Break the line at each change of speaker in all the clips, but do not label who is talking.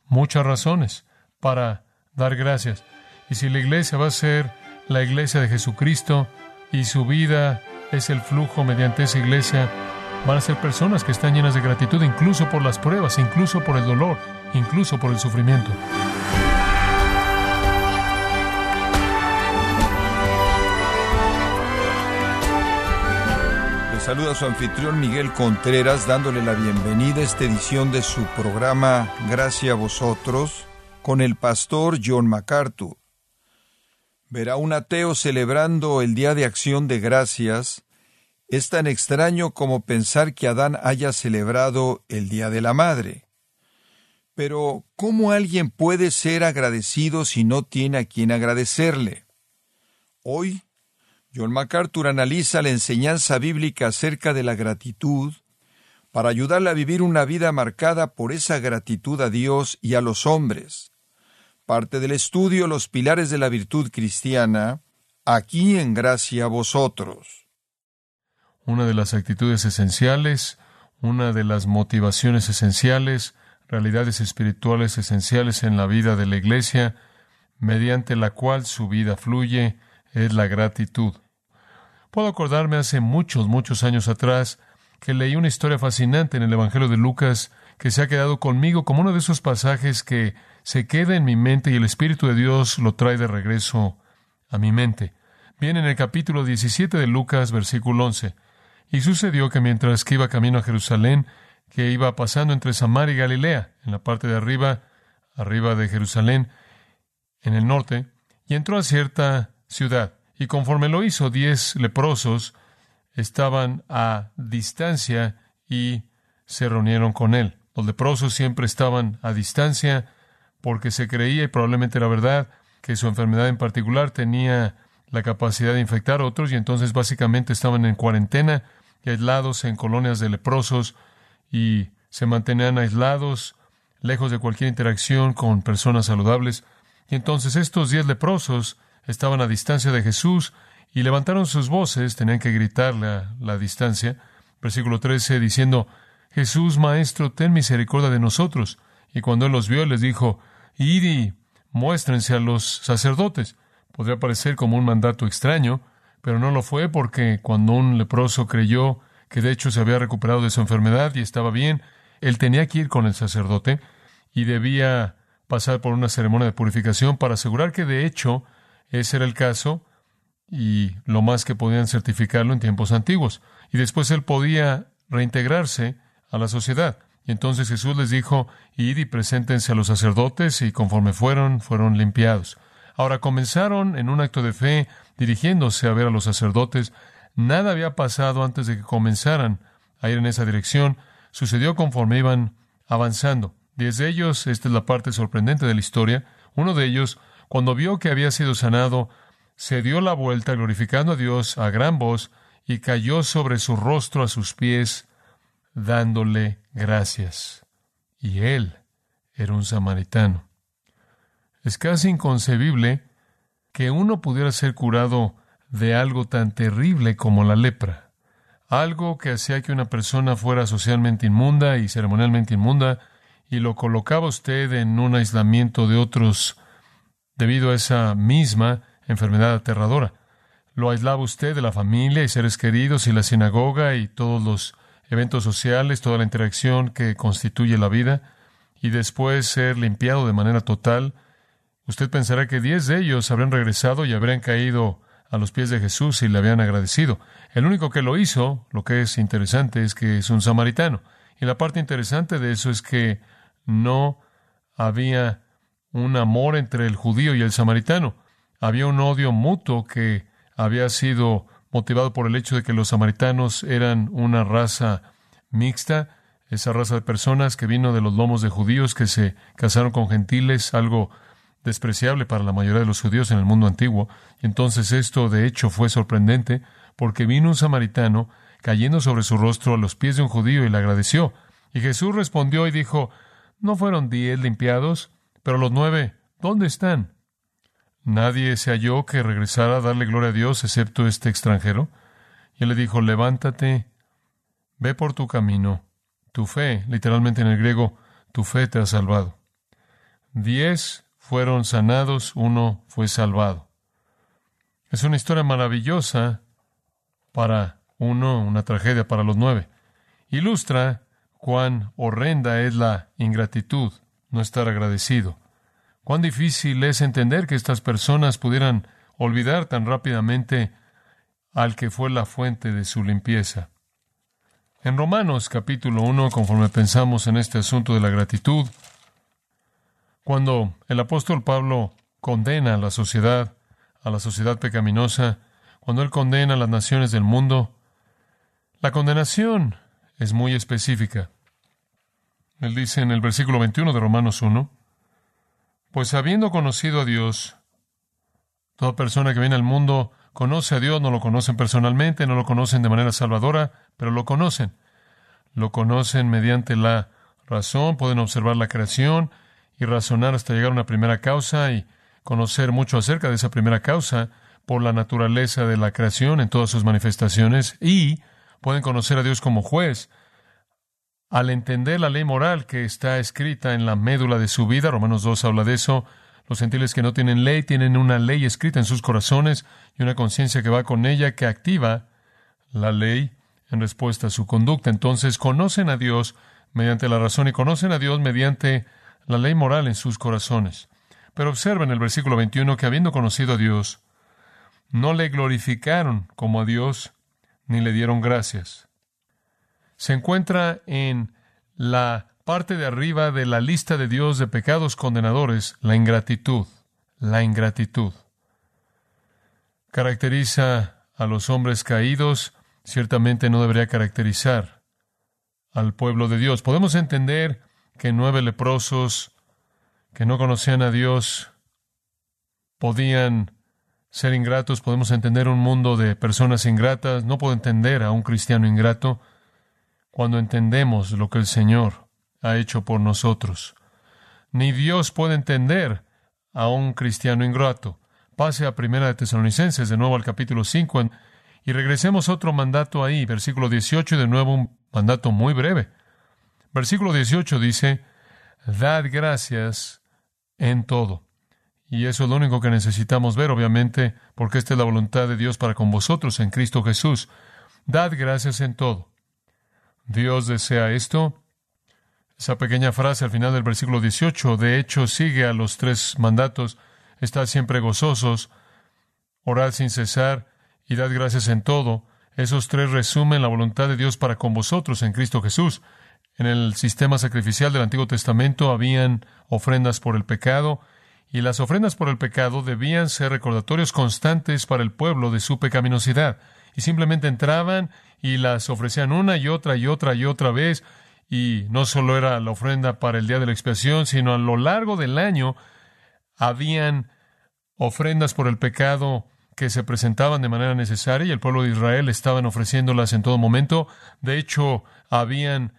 muchas razones para dar gracias. Y si la iglesia va a ser la iglesia de Jesucristo y su vida es el flujo mediante esa iglesia, van a ser personas que están llenas de gratitud, incluso por las pruebas, incluso por el dolor, incluso por el sufrimiento.
Le saluda su anfitrión Miguel Contreras, dándole la bienvenida a esta edición de su programa Gracia a Vosotros, con el pastor John MacArthur. Ver a un ateo celebrando el Día de Acción de Gracias es tan extraño como pensar que Adán haya celebrado el Día de la Madre. Pero, ¿cómo alguien puede ser agradecido si no tiene a quien agradecerle? Hoy, John MacArthur analiza la enseñanza bíblica acerca de la gratitud para ayudarle a vivir una vida marcada por esa gratitud a Dios y a los hombres. Parte del estudio Los pilares de la virtud cristiana, aquí en Gracia a Vosotros.
Una de las actitudes esenciales, una de las motivaciones esenciales, realidades espirituales esenciales en la vida de la iglesia, mediante la cual su vida fluye, es la gratitud. Puedo acordarme hace muchos años atrás que leí una historia fascinante en el Evangelio de Lucas que se ha quedado conmigo como uno de esos pasajes que se queda en mi mente y el Espíritu de Dios lo trae de regreso a mi mente. Viene en el capítulo 17 de Lucas, versículo 11. Y sucedió que mientras que iba camino a Jerusalén, que iba pasando entre Samaria y Galilea, en la parte de arriba de Jerusalén, en el norte, y entró a cierta ciudad. Y conforme lo hizo, 10 leprosos estaban a distancia y se reunieron con él. Los leprosos siempre estaban a distancia porque se creía, y probablemente era verdad, que su enfermedad en particular tenía la capacidad de infectar a otros, y entonces básicamente estaban en cuarentena y aislados en colonias de leprosos, y se mantenían aislados, lejos de cualquier interacción con personas saludables. Y entonces estos 10 leprosos estaban a distancia de Jesús y levantaron sus voces, tenían que gritarle a la distancia. Versículo 13, diciendo: Jesús, Maestro, ten misericordia de nosotros. Y cuando él los vio, les dijo: id y muéstrense a los sacerdotes. Podría parecer como un mandato extraño, pero no lo fue, porque cuando un leproso creyó que de hecho se había recuperado de su enfermedad y estaba bien, él tenía que ir con el sacerdote y debía pasar por una ceremonia de purificación para asegurar que de hecho ese era el caso, y lo más que podían certificarlo en tiempos antiguos. Y después él podía reintegrarse a la sociedad. Y entonces Jesús les dijo: id y preséntense a los sacerdotes, y conforme fueron limpiados. Ahora comenzaron en un acto de fe, dirigiéndose a ver a los sacerdotes. Nada había pasado antes de que comenzaran a ir en esa dirección. Sucedió conforme iban avanzando. 10 de ellos, esta es la parte sorprendente de la historia, uno de ellos, cuando vio que había sido sanado, se dio la vuelta glorificando a Dios a gran voz y cayó sobre su rostro a sus pies, dándole gracias. Y él era un samaritano. Es casi inconcebible que uno pudiera ser curado de algo tan terrible como la lepra, algo que hacía que una persona fuera socialmente inmunda y ceremonialmente inmunda, y lo colocaba usted en un aislamiento de otros debido a esa misma enfermedad aterradora. Lo aislaba usted de la familia y seres queridos y la sinagoga y todos los eventos sociales, toda la interacción que constituye la vida, y después ser limpiado de manera total. Usted pensará que 10 de ellos habrían regresado y habrían caído a los pies de Jesús y le habían agradecido. El único que lo hizo, lo que es interesante, es que es un samaritano. Y la parte interesante de eso es que no había un amor entre el judío y el samaritano. Había un odio mutuo que había sido motivado por el hecho de que los samaritanos eran una raza mixta, esa raza de personas que vino de los lomos de judíos que se casaron con gentiles, algo despreciable para la mayoría de los judíos en el mundo antiguo. Y entonces esto de hecho fue sorprendente, porque vino un samaritano cayendo sobre su rostro a los pies de un judío y le agradeció. Y Jesús respondió y dijo: ¿no fueron 10 limpiados? Pero los 9, ¿dónde están? Nadie se halló que regresara a darle gloria a Dios, excepto este extranjero. Y él le dijo: levántate, ve por tu camino. Tu fe, literalmente en el griego, tu fe te ha salvado. 10 fueron sanados, 1 fue salvado. Es una historia maravillosa para uno, una tragedia para los 9. Ilustra cuán horrenda es la ingratitud, no estar agradecido. Cuán difícil es entender que estas personas pudieran olvidar tan rápidamente al que fue la fuente de su limpieza. En Romanos capítulo 1, conforme pensamos en este asunto de la gratitud, cuando el apóstol Pablo condena a la sociedad pecaminosa, cuando él condena a las naciones del mundo, la condenación es muy específica. Él dice en el versículo 21 de Romanos 1, pues habiendo conocido a Dios, toda persona que viene al mundo conoce a Dios, no lo conocen personalmente, no lo conocen de manera salvadora, pero lo conocen. Lo conocen mediante la razón, pueden observar la creación y razonar hasta llegar a una primera causa y conocer mucho acerca de esa primera causa por la naturaleza de la creación en todas sus manifestaciones, y pueden conocer a Dios como juez al entender la ley moral que está escrita en la médula de su vida. Romanos 2 habla de eso. Los gentiles que no tienen ley tienen una ley escrita en sus corazones y una conciencia que va con ella, que activa la ley en respuesta a su conducta. Entonces conocen a Dios mediante la razón y conocen a Dios mediante la ley moral en sus corazones. Pero observen el versículo 21 que habiendo conocido a Dios, no le glorificaron como a Dios, ni le dieron gracias. Se encuentra en la parte de arriba de la lista de Dios de pecados condenadores, la ingratitud. La ingratitud caracteriza a los hombres caídos, ciertamente no debería caracterizar al pueblo de Dios. Podemos entender que 9 leprosos que no conocían a Dios podían ser ingratos. Podemos entender un mundo de personas ingratas. No puedo entender a un cristiano ingrato cuando entendemos lo que el Señor ha hecho por nosotros. Ni Dios puede entender a un cristiano ingrato. Pase a 1 Tesalonicenses, de nuevo al capítulo 5, y regresemos a otro mandato ahí, versículo 18, y de nuevo un mandato muy breve. Versículo 18 dice, dad gracias en todo. Y eso es lo único que necesitamos ver, obviamente, porque esta es la voluntad de Dios para con vosotros en Cristo Jesús. Dad gracias en todo. Dios desea esto. Esa pequeña frase al final del versículo 18, de hecho, sigue a los 3 mandatos. Estad siempre gozosos, orad sin cesar y dad gracias en todo. Esos 3 resumen la voluntad de Dios para con vosotros en Cristo Jesús. En el sistema sacrificial del Antiguo Testamento habían ofrendas por el pecado, y las ofrendas por el pecado debían ser recordatorios constantes para el pueblo de su pecaminosidad. Y simplemente entraban y las ofrecían una y otra y otra y otra vez. Y no solo era la ofrenda para el día de la expiación, sino a lo largo del año habían ofrendas por el pecado que se presentaban de manera necesaria, y el pueblo de Israel estaban ofreciéndolas en todo momento. De hecho, habían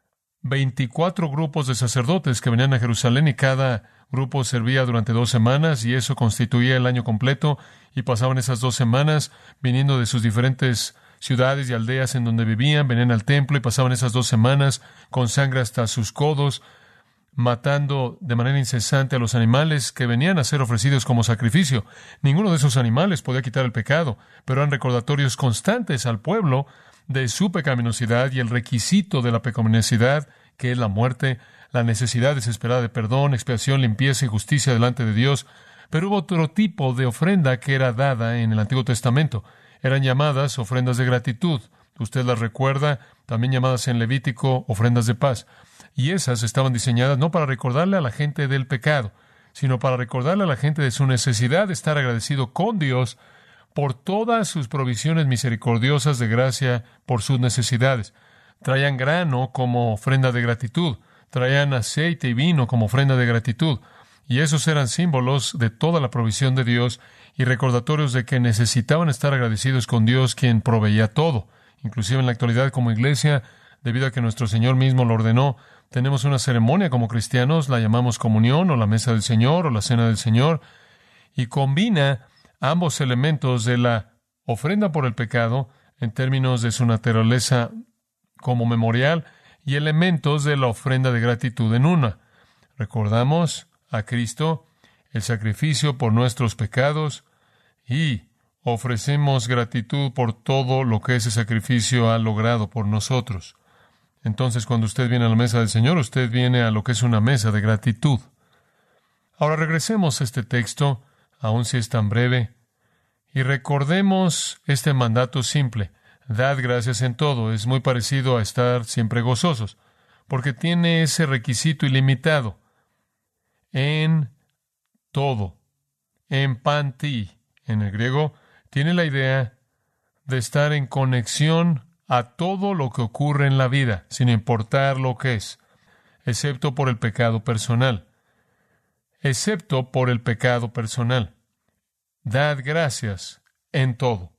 24 grupos de sacerdotes que venían a Jerusalén, y cada grupo servía durante 2 semanas, y eso constituía el año completo, y pasaban esas 2 semanas viniendo de sus diferentes ciudades y aldeas en donde vivían, venían al templo y pasaban esas 2 semanas con sangre hasta sus codos, matando de manera incesante a los animales que venían a ser ofrecidos como sacrificio. Ninguno de esos animales podía quitar el pecado, pero eran recordatorios constantes al pueblo de su pecaminosidad y el requisito de la pecaminosidad, que es la muerte, la necesidad desesperada de perdón, expiación, limpieza y justicia delante de Dios. Pero hubo otro tipo de ofrenda que era dada en el Antiguo Testamento. Eran llamadas ofrendas de gratitud. Usted las recuerda, también llamadas en Levítico ofrendas de paz. Y esas estaban diseñadas no para recordarle a la gente del pecado, sino para recordarle a la gente de su necesidad de estar agradecido con Dios por todas sus provisiones misericordiosas de gracia por sus necesidades. Traían grano como ofrenda de gratitud, traían aceite y vino como ofrenda de gratitud, y esos eran símbolos de toda la provisión de Dios y recordatorios de que necesitaban estar agradecidos con Dios, quien proveía todo. Inclusive en la actualidad, como iglesia, debido a que nuestro Señor mismo lo ordenó, tenemos una ceremonia como cristianos, la llamamos comunión o la mesa del Señor o la cena del Señor, y combina ambos elementos de la ofrenda por el pecado en términos de su naturaleza como memorial y elementos de la ofrenda de gratitud en una. Recordamos a Cristo, el sacrificio por nuestros pecados, y ofrecemos gratitud por todo lo que ese sacrificio ha logrado por nosotros. Entonces, cuando usted viene a la mesa del Señor, usted viene a lo que es una mesa de gratitud. Ahora regresemos a este texto, aun si es tan breve, y recordemos este mandato simple. Dad gracias en todo. Es muy parecido a estar siempre gozosos, porque tiene ese requisito ilimitado. En todo. En panti, en el griego, tiene la idea de estar en conexión a todo lo que ocurre en la vida, sin importar lo que es, excepto por el pecado personal. Excepto por el pecado personal. Dad gracias en todo.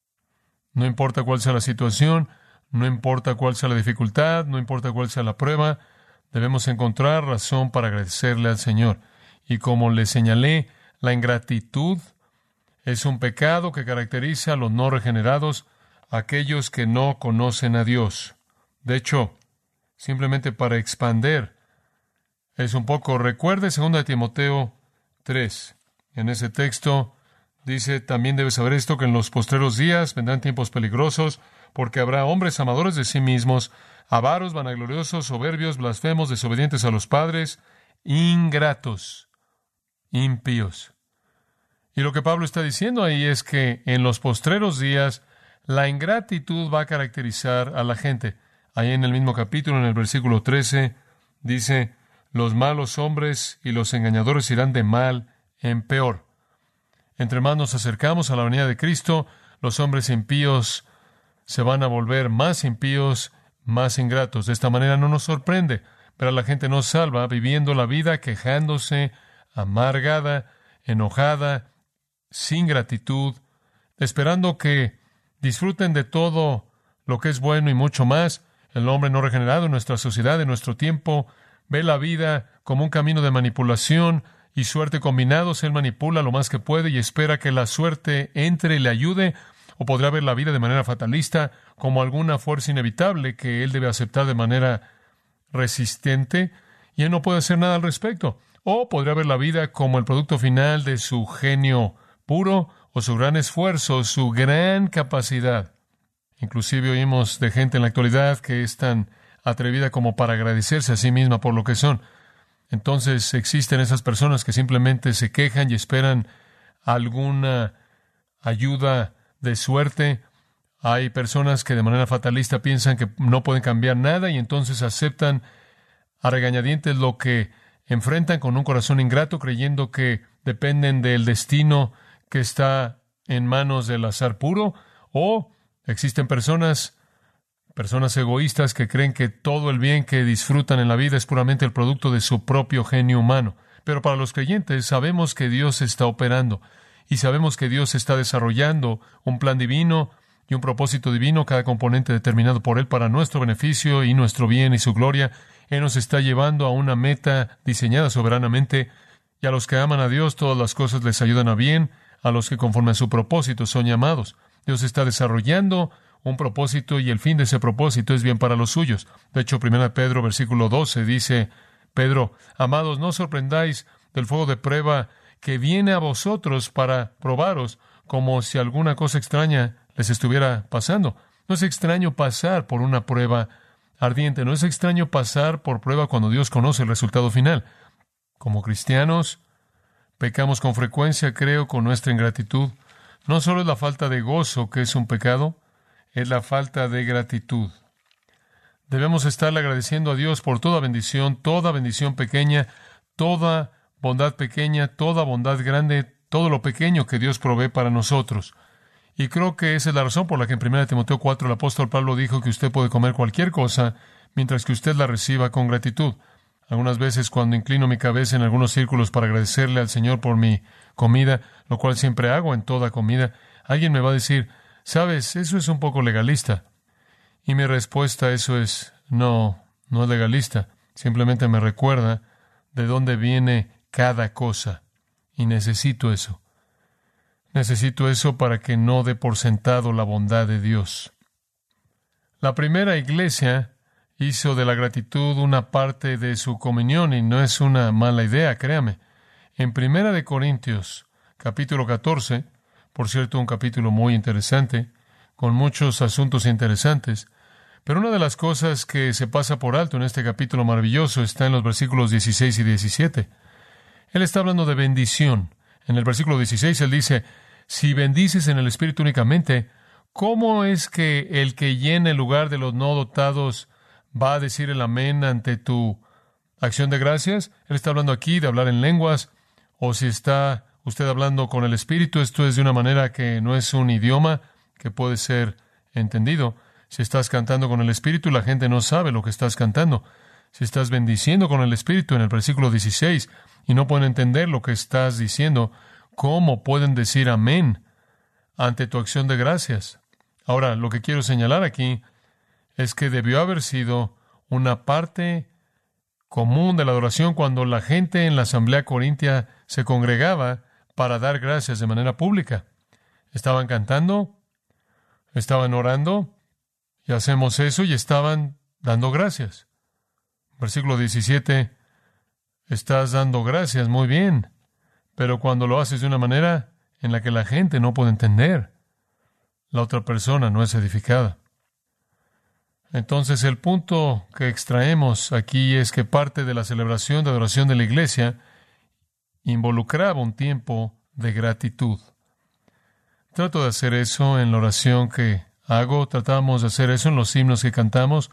No importa cuál sea la situación, no importa cuál sea la dificultad, no importa cuál sea la prueba, debemos encontrar razón para agradecerle al Señor. Y como le señalé, la ingratitud es un pecado que caracteriza a los no regenerados, aquellos que no conocen a Dios. De hecho, simplemente para expander, es un poco, recuerde 2 Timoteo 3. En ese texto dice, también debes saber esto, que en los postreros días vendrán tiempos peligrosos, porque habrá hombres amadores de sí mismos, avaros, vanagloriosos, soberbios, blasfemos, desobedientes a los padres, ingratos, impíos. Y lo que Pablo está diciendo ahí es que en los postreros días la ingratitud va a caracterizar a la gente. Ahí en el mismo capítulo, en el versículo 13, dice, los malos hombres y los engañadores irán de mal en peor. Entre más nos acercamos a la venida de Cristo, los hombres impíos se van a volver más impíos, más ingratos. De esta manera no nos sorprende, pero la gente no salva viviendo la vida quejándose, amargada, enojada, sin gratitud, esperando que disfruten de todo lo que es bueno y mucho más. El hombre no regenerado en nuestra sociedad, en nuestro tiempo, ve la vida como un camino de manipulación y suerte combinados. Él manipula lo más que puede y espera que la suerte entre y le ayude, o podrá ver la vida de manera fatalista como alguna fuerza inevitable que él debe aceptar de manera resistente y él no puede hacer nada al respecto. O podrá ver la vida como el producto final de su genio puro o su gran esfuerzo, su gran capacidad. Inclusive oímos de gente en la actualidad que es tan atrevida como para agradecerse a sí misma por lo que son. Entonces existen esas personas que simplemente se quejan y esperan alguna ayuda de suerte. Hay personas que de manera fatalista piensan que no pueden cambiar nada y entonces aceptan a regañadientes lo que enfrentan con un corazón ingrato, creyendo que dependen del destino que está en manos del azar puro. O existen personas egoístas que creen que todo el bien que disfrutan en la vida es puramente el producto de su propio genio humano. Pero para los creyentes sabemos que Dios está operando y sabemos que Dios está desarrollando un plan divino y un propósito divino, cada componente determinado por Él para nuestro beneficio y nuestro bien y su gloria. Él nos está llevando a una meta diseñada soberanamente, y a los que aman a Dios todas las cosas les ayudan a bien, a los que conforme a su propósito son llamados. Dios está desarrollando un propósito y el fin de ese propósito es bien para los suyos. De hecho, 1 Pedro, versículo 12, dice Pedro, amados, no os sorprendáis del fuego de prueba que viene a vosotros para probaros, como si alguna cosa extraña les estuviera pasando. No es extraño pasar por una prueba ardiente, no es extraño pasar por prueba cuando Dios conoce el resultado final. Como cristianos, pecamos con frecuencia, creo, con nuestra ingratitud. No solo es la falta de gozo que es un pecado, es la falta de gratitud. Debemos estarle agradeciendo a Dios por toda bendición pequeña, toda bondad pequeña, toda bondad grande, todo lo pequeño que Dios provee para nosotros. Y creo que esa es la razón por la que en 1 Timoteo 4 el apóstol Pablo dijo que usted puede comer cualquier cosa mientras que usted la reciba con gratitud. Algunas veces cuando inclino mi cabeza en algunos círculos para agradecerle al Señor por mi comida, lo cual siempre hago en toda comida, alguien me va a decir, ¿sabes? Eso es un poco legalista. Y mi respuesta a eso es, no es legalista. Simplemente me recuerda de dónde viene cada cosa. Y necesito eso. Necesito eso para que no dé por sentado la bondad de Dios. La primera iglesia hizo de la gratitud una parte de su comunión y no es una mala idea, créame. En Primera de Corintios, capítulo 14, por cierto, un capítulo muy interesante, con muchos asuntos interesantes, pero una de las cosas que se pasa por alto en este capítulo maravilloso está en los versículos 16 y 17. Él está hablando de bendición. En el versículo 16 él dice, si bendices en el Espíritu únicamente, ¿cómo es que el que llena el lugar de los no dotados va a decir el amén ante tu acción de gracias? Él está hablando aquí de hablar en lenguas, o si está usted hablando con el Espíritu, esto es de una manera que no es un idioma que puede ser entendido. Si estás cantando con el Espíritu, la gente no sabe lo que estás cantando. Si estás bendiciendo con el Espíritu en el versículo 16 y no pueden entender lo que estás diciendo, ¿cómo pueden decir amén ante tu acción de gracias? Ahora, lo que quiero señalar aquí es que debió haber sido una parte común de la adoración cuando la gente en la asamblea corintia se congregaba para dar gracias de manera pública. Estaban cantando, estaban orando, y hacemos eso, y estaban dando gracias. Versículo 17, estás dando gracias, muy bien, pero cuando lo haces de una manera en la que la gente no puede entender, la otra persona no es edificada. Entonces, el punto que extraemos aquí es que parte de la celebración de adoración de la iglesia involucraba un tiempo de gratitud. Trato de hacer eso en la oración que hago, tratamos de hacer eso en los himnos que cantamos,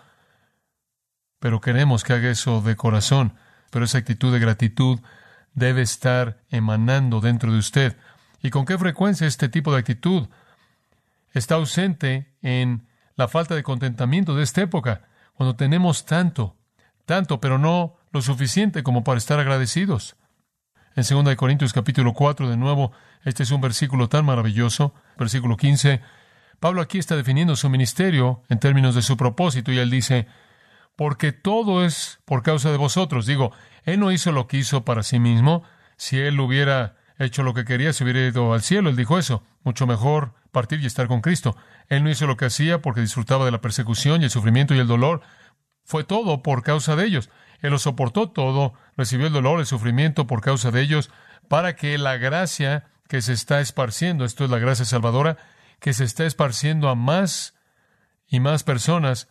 pero queremos que haga eso de corazón. Pero esa actitud de gratitud debe estar emanando dentro de usted. ¿Y con qué frecuencia este tipo de actitud está ausente en la falta de contentamiento de esta época? Cuando tenemos tanto, pero no lo suficiente como para estar agradecidos. En 2 Corintios capítulo 4, de nuevo, este es un versículo tan maravilloso, versículo 15, Pablo aquí está definiendo su ministerio en términos de su propósito, y él dice, porque todo es por causa de vosotros. Digo, él no hizo lo que hizo para sí mismo. Si él hubiera hecho lo que quería, se hubiera ido al cielo. Él dijo eso, mucho mejor partir y estar con Cristo. Él no hizo lo que hacía porque disfrutaba de la persecución y el sufrimiento y el dolor. Fue todo por causa de ellos. Él lo soportó todo, recibió el dolor, el sufrimiento por causa de ellos, para que la gracia que se está esparciendo, esto es la gracia salvadora, que se está esparciendo a más y más personas,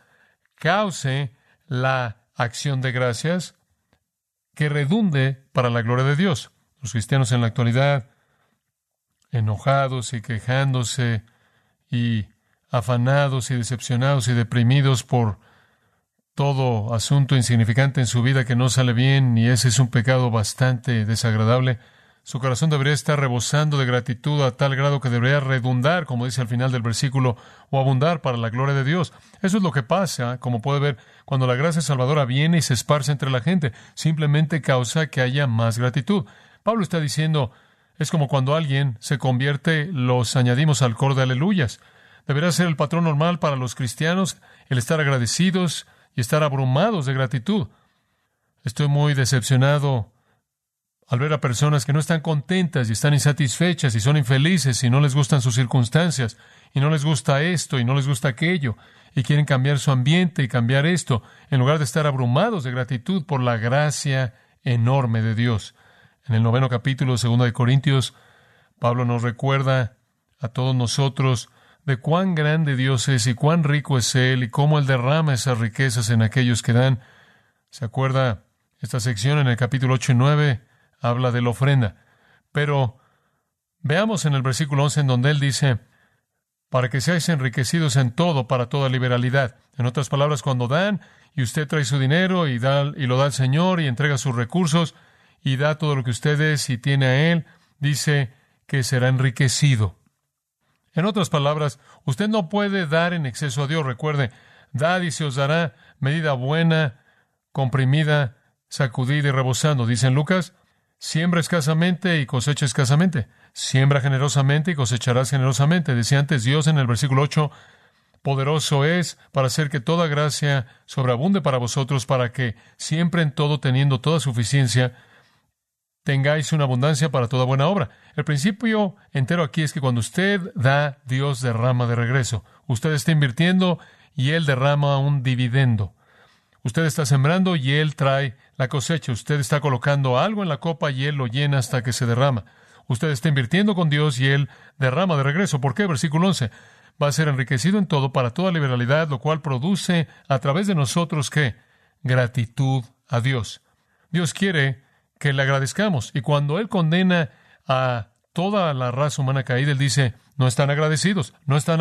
cause la acción de gracias que redunde para la gloria de Dios. Los cristianos en la actualidad, enojados y quejándose y afanados y decepcionados y deprimidos por todo asunto insignificante en su vida que no sale bien, y ese es un pecado bastante desagradable. Su corazón debería estar rebosando de gratitud a tal grado que debería redundar, como dice al final del versículo, o abundar para la gloria de Dios. Eso es lo que pasa, como puede ver, cuando la gracia salvadora viene y se esparce entre la gente. Simplemente causa que haya más gratitud. Pablo está diciendo, es como cuando alguien se convierte, los añadimos al coro de aleluyas. Debería ser el patrón normal para los cristianos, el estar agradecidos y estar abrumados de gratitud. Estoy muy decepcionado al ver a personas que no están contentas y están insatisfechas y son infelices y no les gustan sus circunstancias y no les gusta esto y no les gusta aquello y quieren cambiar su ambiente y cambiar esto, en lugar de estar abrumados de gratitud por la gracia enorme de Dios. En el 9º capítulo de 2 Corintios, Pablo nos recuerda a todos nosotros de cuán grande Dios es y cuán rico es Él y cómo Él derrama esas riquezas en aquellos que dan. ¿Se acuerda? Esta sección en el capítulo 8 y 9 habla de la ofrenda. Pero veamos en el versículo 11 en donde él dice, para que seáis enriquecidos en todo, para toda liberalidad. En otras palabras, cuando dan, y usted trae su dinero y lo da al Señor y entrega sus recursos y da todo lo que usted es y tiene a Él, dice que será enriquecido. En otras palabras, usted no puede dar en exceso a Dios. Recuerde, dad y se os dará, medida buena, comprimida, sacudida y rebosando. Dice en Lucas, siembra escasamente y cosecha escasamente. Siembra generosamente y cosecharás generosamente. Decía antes Dios en el versículo 8, poderoso es para hacer que toda gracia sobreabunde para vosotros, para que siempre en todo, teniendo toda suficiencia, tengáis una abundancia para toda buena obra. El principio entero aquí es que cuando usted da, Dios derrama de regreso. Usted está invirtiendo y Él derrama un dividendo. Usted está sembrando y Él trae la cosecha. Usted está colocando algo en la copa y Él lo llena hasta que se derrama. Usted está invirtiendo con Dios y Él derrama de regreso. ¿Por qué? Versículo 11. Va a ser enriquecido en todo para toda liberalidad, lo cual produce a través de nosotros, ¿qué? Gratitud a Dios. Dios quiere que le agradezcamos. Y cuando Él condena a toda la raza humana caída, Él dice, no están agradecidos,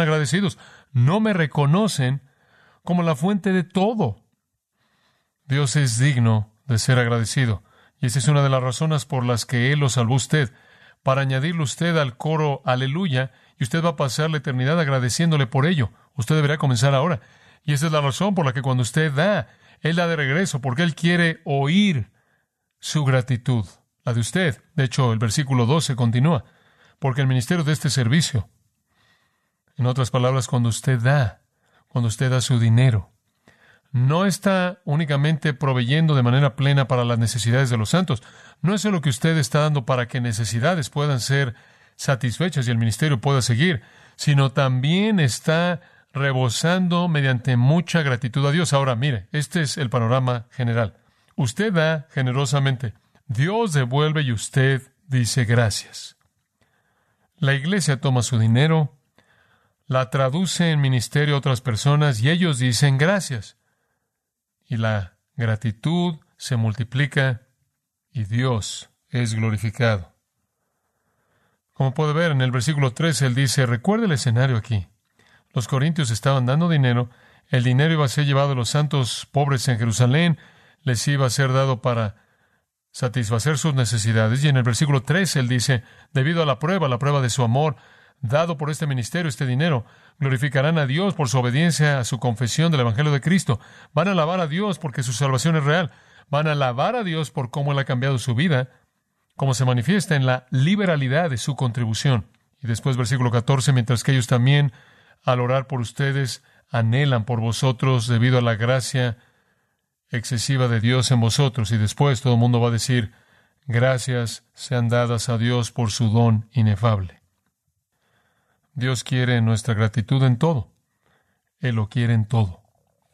no me reconocen como la fuente de todo. Dios es digno de ser agradecido. Y esa es una de las razones por las que Él lo salvó a usted, para añadirle usted al coro aleluya, y usted va a pasar la eternidad agradeciéndole por ello. Usted debería comenzar ahora. Y esa es la razón por la que cuando usted da, Él da de regreso, porque Él quiere oír su gratitud, la de usted. De hecho, el versículo 12 continúa, porque el ministerio de este servicio, en otras palabras, cuando usted da su dinero, no está únicamente proveyendo de manera plena para las necesidades de los santos. No es lo que usted está dando para que necesidades puedan ser satisfechas y el ministerio pueda seguir, sino también está rebosando mediante mucha gratitud a Dios. Ahora, mire, este es el panorama general. Usted da generosamente, Dios devuelve y usted dice gracias. La iglesia toma su dinero, la traduce en ministerio a otras personas y ellos dicen gracias. Y la gratitud se multiplica y Dios es glorificado. Como puede ver en el versículo 13, él dice, recuerde el escenario aquí. Los corintios estaban dando dinero, el dinero iba a ser llevado a los santos pobres en Jerusalén, les iba a ser dado para satisfacer sus necesidades. Y en el versículo 13 él dice, debido a la prueba de su amor, dado por este ministerio, este dinero, glorificarán a Dios por su obediencia a su confesión del Evangelio de Cristo. Van a alabar a Dios porque su salvación es real. Van a alabar a Dios por cómo Él ha cambiado su vida, como se manifiesta en la liberalidad de su contribución. Y después, versículo 14, mientras que ellos también, al orar por ustedes, anhelan por vosotros debido a la gracia excesiva de Dios en vosotros. Y después todo el mundo va a decir, gracias sean dadas a Dios por su don inefable. Dios quiere nuestra gratitud en todo. Él lo quiere en todo.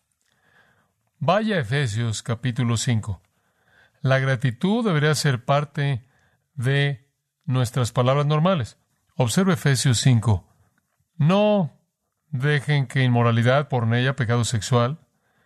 Vaya a Efesios capítulo 5. La gratitud debería ser parte de nuestras palabras normales. Observe Efesios 5. No dejen que inmoralidad, pornea, pecado sexual,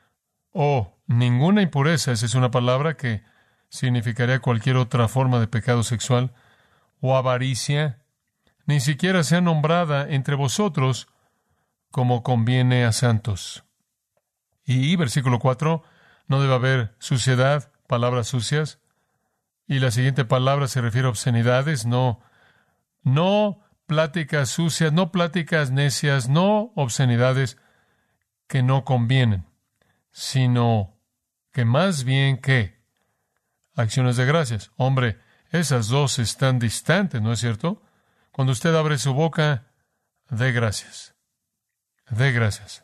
o ninguna impureza, esa es una palabra que significaría cualquier otra forma de pecado sexual, o avaricia, ni siquiera sea nombrada entre vosotros como conviene a santos. Y versículo 4, no debe haber suciedad, palabras sucias. Y la siguiente palabra se refiere a obscenidades, no pláticas sucias, no pláticas necias, no obscenidades que no convienen, sino que más bien que acciones de gracias. Hombre, esas dos están distantes, ¿no es cierto? Cuando usted abre su boca, dé gracias. Dé gracias.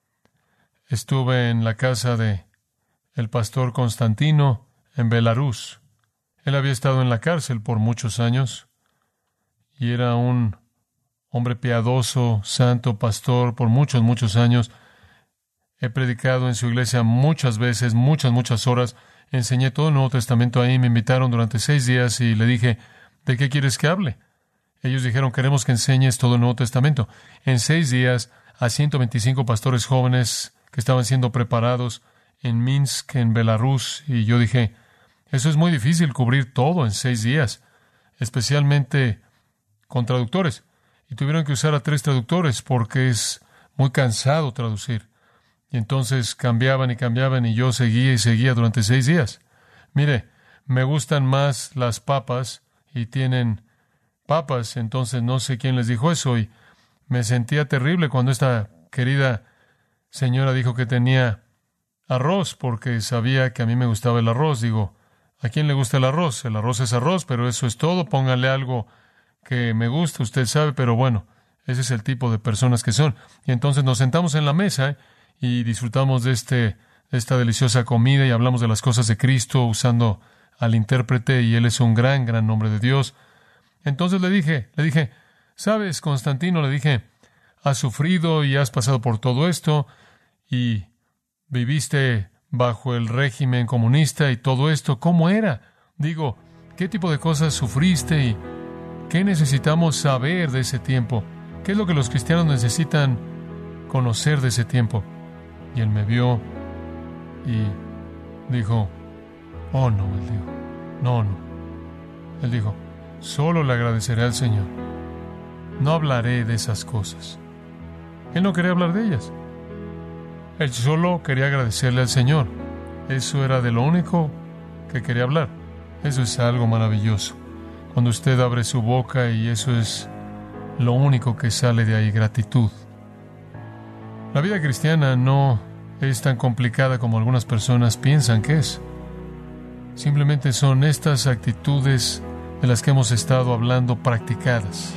Estuve en la casa de el pastor Constantino en Belarus. Él había estado en la cárcel por muchos años y era un hombre piadoso, santo, pastor por muchos años. He predicado en su iglesia muchas veces, muchas horas. Enseñé todo el Nuevo Testamento ahí. Me invitaron durante 6 días y le dije, ¿de qué quieres que hable? Ellos dijeron, queremos que enseñes todo el Nuevo Testamento. En 6 días, a 125 pastores jóvenes que estaban siendo preparados en Minsk, en Belarus, y yo dije, eso es muy difícil cubrir todo en 6 días, especialmente con traductores. Y tuvieron que usar a 3 traductores porque es muy cansado traducir. Y entonces cambiaban y yo seguía durante 6 días. Mire, me gustan más las papas y tienen papas, entonces no sé quién les dijo eso y me sentía terrible cuando esta querida señora dijo que tenía arroz porque sabía que a mí me gustaba el arroz. Digo, ¿a quién le gusta el arroz? El arroz es arroz, pero eso es todo. Póngale algo que me gusta, usted sabe, pero bueno, ese es el tipo de personas que son. Y entonces nos sentamos en la mesa y disfrutamos de esta deliciosa comida y hablamos de las cosas de Cristo usando al intérprete y él es un gran nombre de Dios. Entonces le dije, ¿sabes, Constantino? Le dije, has sufrido y has pasado por todo esto y viviste bajo el régimen comunista y todo esto, ¿cómo era? Digo, ¿qué tipo de cosas sufriste y qué necesitamos saber de ese tiempo? ¿Qué es lo que los cristianos necesitan conocer de ese tiempo? Y él me vio y dijo, oh no, él dijo, no. Él dijo, solo le agradeceré al Señor. No hablaré de esas cosas. Él no quería hablar de ellas. Él solo quería agradecerle al Señor. Eso era de lo único que quería hablar. Eso es algo maravilloso. Cuando usted abre su boca y eso es lo único que sale de ahí, gratitud. La vida cristiana no es tan complicada como algunas personas piensan que es. Simplemente son estas actitudes de las que hemos estado hablando practicadas.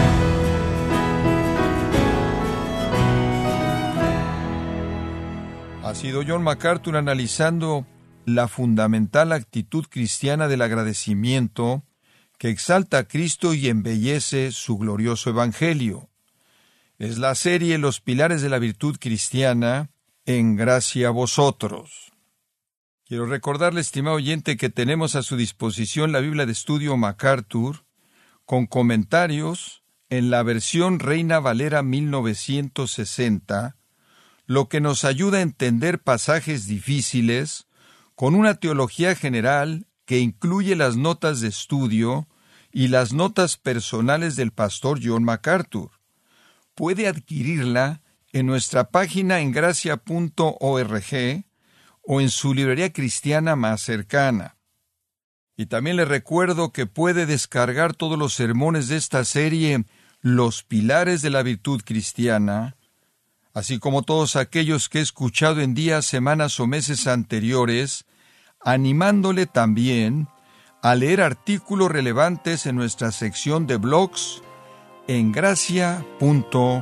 Ha sido John MacArthur analizando la fundamental actitud cristiana del agradecimiento que exalta a Cristo y embellece su glorioso Evangelio. Es la serie Los Pilares de la Virtud Cristiana, en gracia a vosotros. Quiero recordarle, estimado oyente, que tenemos a su disposición la Biblia de Estudio MacArthur, con comentarios en la versión Reina Valera 1960, lo que nos ayuda a entender pasajes difíciles con una teología general que incluye las notas de estudio y las notas personales del pastor John MacArthur. Puede adquirirla en nuestra página en gracia.org o en su librería cristiana más cercana. Y también le recuerdo que puede descargar todos los sermones de esta serie, Los Pilares de la Virtud Cristiana, así como todos aquellos que he escuchado en días, semanas o meses anteriores, animándole también a leer artículos relevantes en nuestra sección de blogs en gracia.org.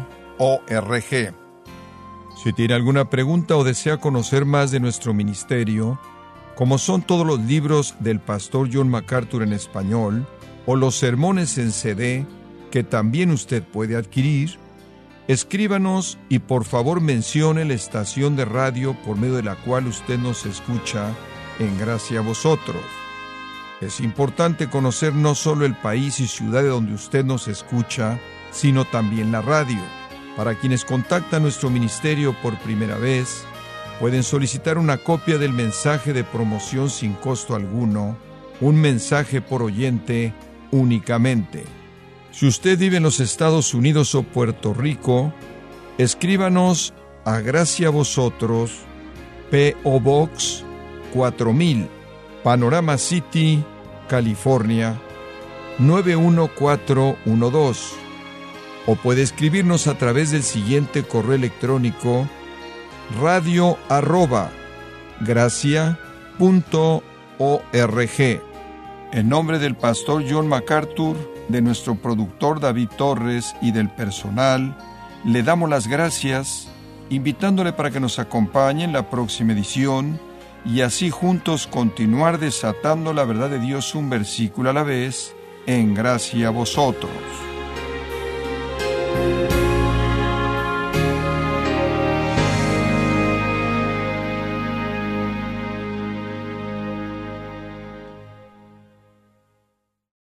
Si tiene alguna pregunta o desea conocer más de nuestro ministerio, como son todos los libros del pastor John MacArthur en español, o los sermones en CD, que también usted puede adquirir, escríbanos y por favor mencione la estación de radio por medio de la cual usted nos escucha en Gracia a Vosotros. Es importante conocer no solo el país y ciudad de donde usted nos escucha, sino también la radio. Para quienes contactan nuestro ministerio por primera vez, pueden solicitar una copia del mensaje de promoción sin costo alguno, un mensaje por oyente únicamente. Si usted vive en los Estados Unidos o Puerto Rico, escríbanos a Gracia a Vosotros, P.O. Box 4000, Panorama City, California, 91412. O puede escribirnos a través del siguiente correo electrónico: radio@gracia.org. En nombre del pastor John MacArthur, de nuestro productor David Torres y del personal, le damos las gracias, invitándole para que nos acompañe en la próxima edición y así juntos continuar desatando la verdad de Dios un versículo a la vez, en gracia a vosotros.